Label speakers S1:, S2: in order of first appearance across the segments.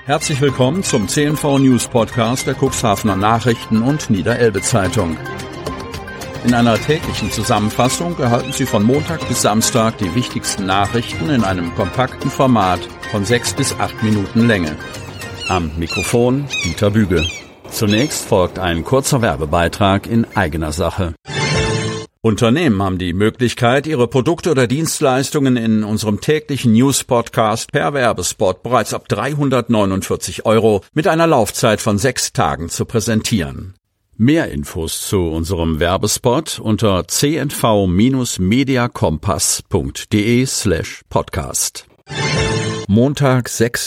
S1: Herzlich willkommen zum CNV News Podcast der Cuxhavener Nachrichten und Niederelbe Zeitung. In einer täglichen Zusammenfassung erhalten Sie von Montag bis Samstag die wichtigsten Nachrichten in einem kompakten Format von 6 bis 8 Minuten Länge. Am Mikrofon Dieter Büge. Zunächst folgt ein kurzer Werbebeitrag in eigener Sache. Unternehmen haben die Möglichkeit, ihre Produkte oder Dienstleistungen in unserem täglichen News-Podcast per Werbespot bereits ab 349 € mit einer Laufzeit von 6 Tagen zu präsentieren. Mehr Infos zu unserem Werbespot unter cnv-mediakompass.de/podcast. Montag,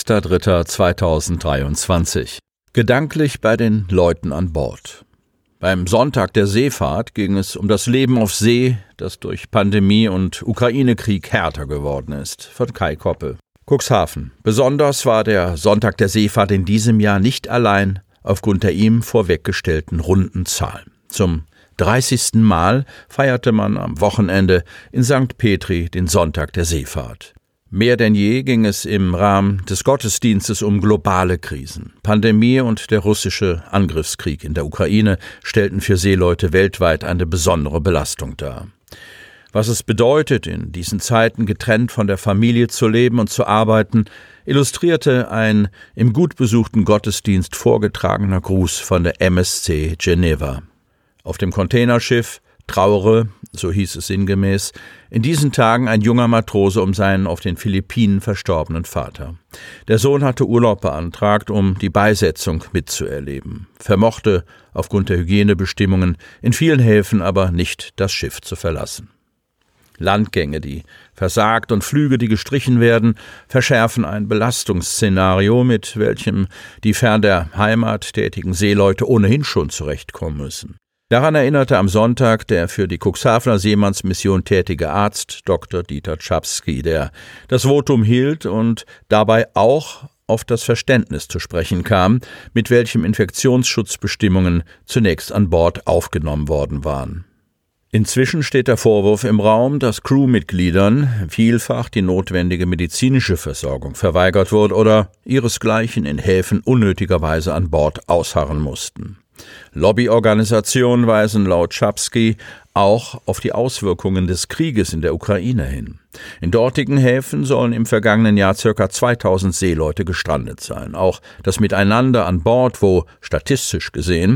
S1: 6.3.2023. Gedanklich bei den Leuten an Bord. Beim Sonntag der Seefahrt ging es um das Leben auf See, das durch Pandemie und Ukraine-Krieg härter geworden ist. Von Kai Koppel. Cuxhaven. Besonders war der Sonntag der Seefahrt in diesem Jahr nicht allein aufgrund der ihm vorweggestellten runden Zahl. Zum 30. Mal feierte man am Wochenende in St. Petri den Sonntag der Seefahrt. Mehr denn je ging es im Rahmen des Gottesdienstes um globale Krisen. Pandemie und der russische Angriffskrieg in der Ukraine stellten für Seeleute weltweit eine besondere Belastung dar. Was es bedeutet, in diesen Zeiten getrennt von der Familie zu leben und zu arbeiten, illustrierte ein im gut besuchten Gottesdienst vorgetragener Gruß von der MSC Geneva. Auf dem Containerschiff trauere, so hieß es sinngemäß, in diesen Tagen ein junger Matrose um seinen auf den Philippinen verstorbenen Vater. Der Sohn hatte Urlaub beantragt, um die Beisetzung mitzuerleben, vermochte aufgrund der Hygienebestimmungen in vielen Häfen aber nicht das Schiff zu verlassen. Landgänge, die versagt und Flüge, die gestrichen werden, verschärfen ein Belastungsszenario, mit welchem die fern der Heimat tätigen Seeleute ohnehin schon zurechtkommen müssen. Daran erinnerte am Sonntag der für die Cuxhavener Seemannsmission tätige Arzt Dr. Dieter Czapski, der das Votum hielt und dabei auch auf das Verständnis zu sprechen kam, mit welchem Infektionsschutzbestimmungen zunächst an Bord aufgenommen worden waren. Inzwischen steht der Vorwurf im Raum, dass Crewmitgliedern vielfach die notwendige medizinische Versorgung verweigert wurde oder ihresgleichen in Häfen unnötigerweise an Bord ausharren mussten. Lobbyorganisationen weisen laut Czapski auch auf die Auswirkungen des Krieges in der Ukraine hin. In dortigen Häfen sollen im vergangenen Jahr ca. 2000 Seeleute gestrandet sein. Auch das Miteinander an Bord, wo statistisch gesehen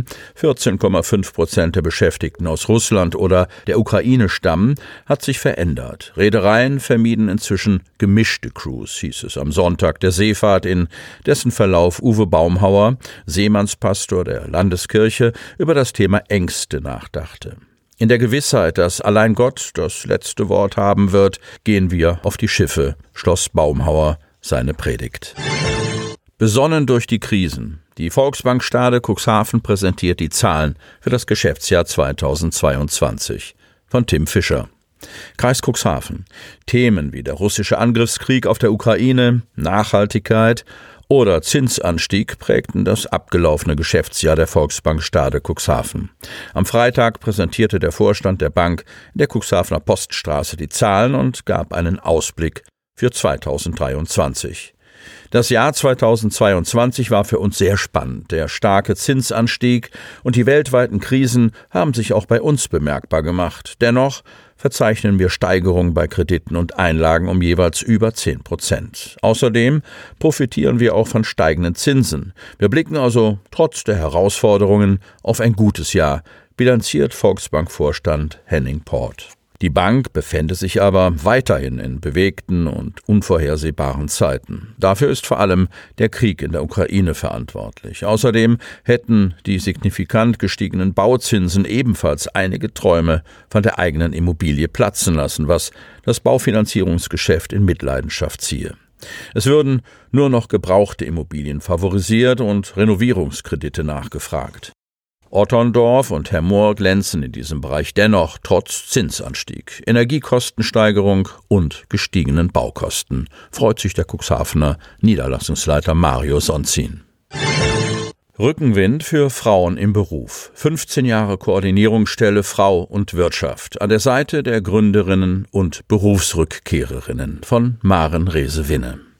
S1: 14,5% der Beschäftigten aus Russland oder der Ukraine stammen, hat sich verändert. Reedereien vermieden inzwischen gemischte Crews, hieß es am Sonntag der Seefahrt, in dessen Verlauf Uwe Baumhauer, Seemannspastor der Landeskirche, über das Thema Ängste nachdachte. In der Gewissheit, dass allein Gott das letzte Wort haben wird, gehen wir auf die Schiffe, schloss Baumhauer seine Predigt. Besonnen durch die Krisen. Die Volksbank Stade Cuxhaven präsentiert die Zahlen für das Geschäftsjahr 2022. Von Tim Fischer. Kreis Cuxhaven. Themen wie der russische Angriffskrieg auf der Ukraine, Nachhaltigkeit oder Zinsanstieg prägten das abgelaufene Geschäftsjahr der Volksbank Stade Cuxhaven. Am Freitag präsentierte der Vorstand der Bank in der Cuxhavener Poststraße die Zahlen und gab einen Ausblick für 2023. Das Jahr 2022 war für uns sehr spannend. Der starke Zinsanstieg und die weltweiten Krisen haben sich auch bei uns bemerkbar gemacht. Dennoch verzeichnen wir Steigerungen bei Krediten und Einlagen um jeweils über 10%. Außerdem profitieren wir auch von steigenden Zinsen. Wir blicken also trotz der Herausforderungen auf ein gutes Jahr, bilanziert Volksbank-Vorstand Henning Port. Die Bank befände sich aber weiterhin in bewegten und unvorhersehbaren Zeiten. Dafür ist vor allem der Krieg in der Ukraine verantwortlich. Außerdem hätten die signifikant gestiegenen Bauzinsen ebenfalls einige Träume von der eigenen Immobilie platzen lassen, was das Baufinanzierungsgeschäft in Mitleidenschaft ziehe. Es würden nur noch gebrauchte Immobilien favorisiert und Renovierungskredite nachgefragt. Otterndorf und Herr Mohr glänzen in diesem Bereich dennoch trotz Zinsanstieg, Energiekostensteigerung und gestiegenen Baukosten, freut sich der Cuxhavener Niederlassungsleiter Mario Sonzin. Rückenwind für Frauen im Beruf. 15 Jahre Koordinierungsstelle Frau und Wirtschaft an der Seite der Gründerinnen und Berufsrückkehrerinnen von Maren Rehse-Winne.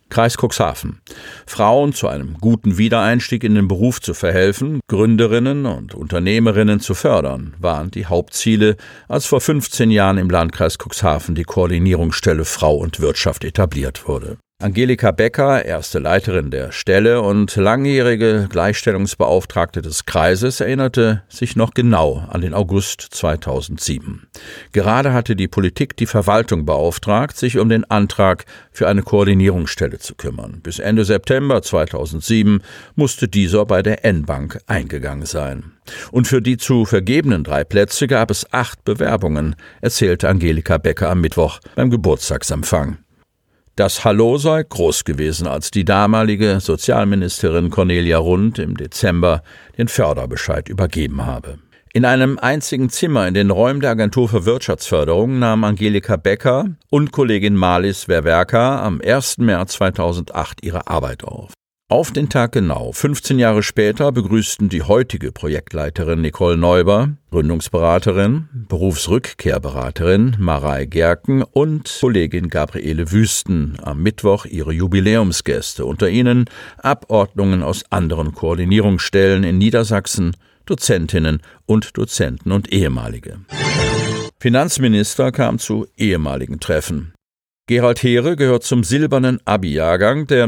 S1: Kreis Cuxhaven. Frauen zu einem guten Wiedereinstieg in den Beruf zu verhelfen, Gründerinnen und Unternehmerinnen zu fördern, waren die Hauptziele, als vor 15 Jahren im Landkreis Cuxhaven die Koordinierungsstelle Frau und Wirtschaft etabliert wurde. Angelika Becker, erste Leiterin der Stelle und langjährige Gleichstellungsbeauftragte des Kreises, erinnerte sich noch genau an den August 2007. Gerade hatte die Politik die Verwaltung beauftragt, sich um den Antrag für eine Koordinierungsstelle zu kümmern. Bis Ende September 2007 musste dieser bei der N-Bank eingegangen sein. Und für die zu vergebenen 3 Plätze gab es 8 Bewerbungen, erzählte Angelika Becker am Mittwoch beim Geburtstagsempfang. Das Hallo sei groß gewesen, als die damalige Sozialministerin Cornelia Rund im Dezember den Förderbescheid übergeben habe. In einem einzigen Zimmer in den Räumen der Agentur für Wirtschaftsförderung nahm Angelika Becker und Kollegin Marlies Werwerka am 1. März 2008 ihre Arbeit auf. Auf den Tag genau, 15 Jahre später, begrüßten die heutige Projektleiterin Nicole Neuber, Gründungsberaterin, Berufsrückkehrberaterin Marei Gerken und Kollegin Gabriele Wüsten am Mittwoch ihre Jubiläumsgäste, unter ihnen Abordnungen aus anderen Koordinierungsstellen in Niedersachsen, Dozentinnen und Dozenten und ehemalige. Finanzminister kam zu ehemaligen Treffen. Gerald Heere gehört zum silbernen Abi-Jahrgang, der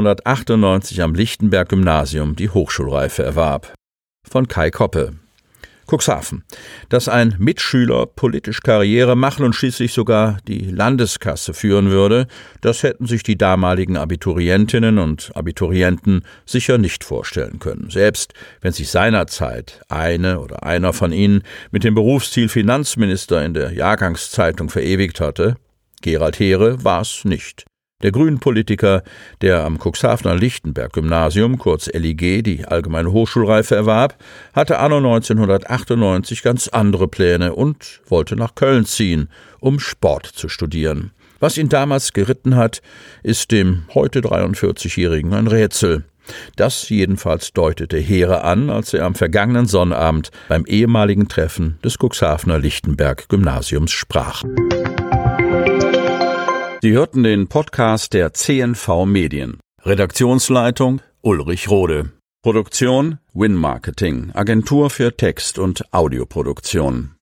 S1: 1998 am Lichtenberg-Gymnasium die Hochschulreife erwarb. Von Kai Koppe. Cuxhaven. Dass ein Mitschüler politisch Karriere machen und schließlich sogar die Landeskasse führen würde, das hätten sich die damaligen Abiturientinnen und Abiturienten sicher nicht vorstellen können. Selbst wenn sich seinerzeit eine oder einer von ihnen mit dem Berufsziel Finanzminister in der Jahrgangszeitung verewigt hatte, Gerald Heere war es nicht. Der Grünen-Politiker, der am Cuxhavener Lichtenberg-Gymnasium, kurz LIG, die allgemeine Hochschulreife erwarb, hatte anno 1998 ganz andere Pläne und wollte nach Köln ziehen, um Sport zu studieren. Was ihn damals geritten hat, ist dem heute 43-Jährigen ein Rätsel. Das jedenfalls deutete Heere an, als er am vergangenen Sonnabend beim ehemaligen Treffen des Cuxhavener Lichtenberg-Gymnasiums sprach. Sie hörten den Podcast der CNV Medien. Redaktionsleitung Ulrich Rode. Produktion Win Marketing, Agentur für Text- und Audioproduktion.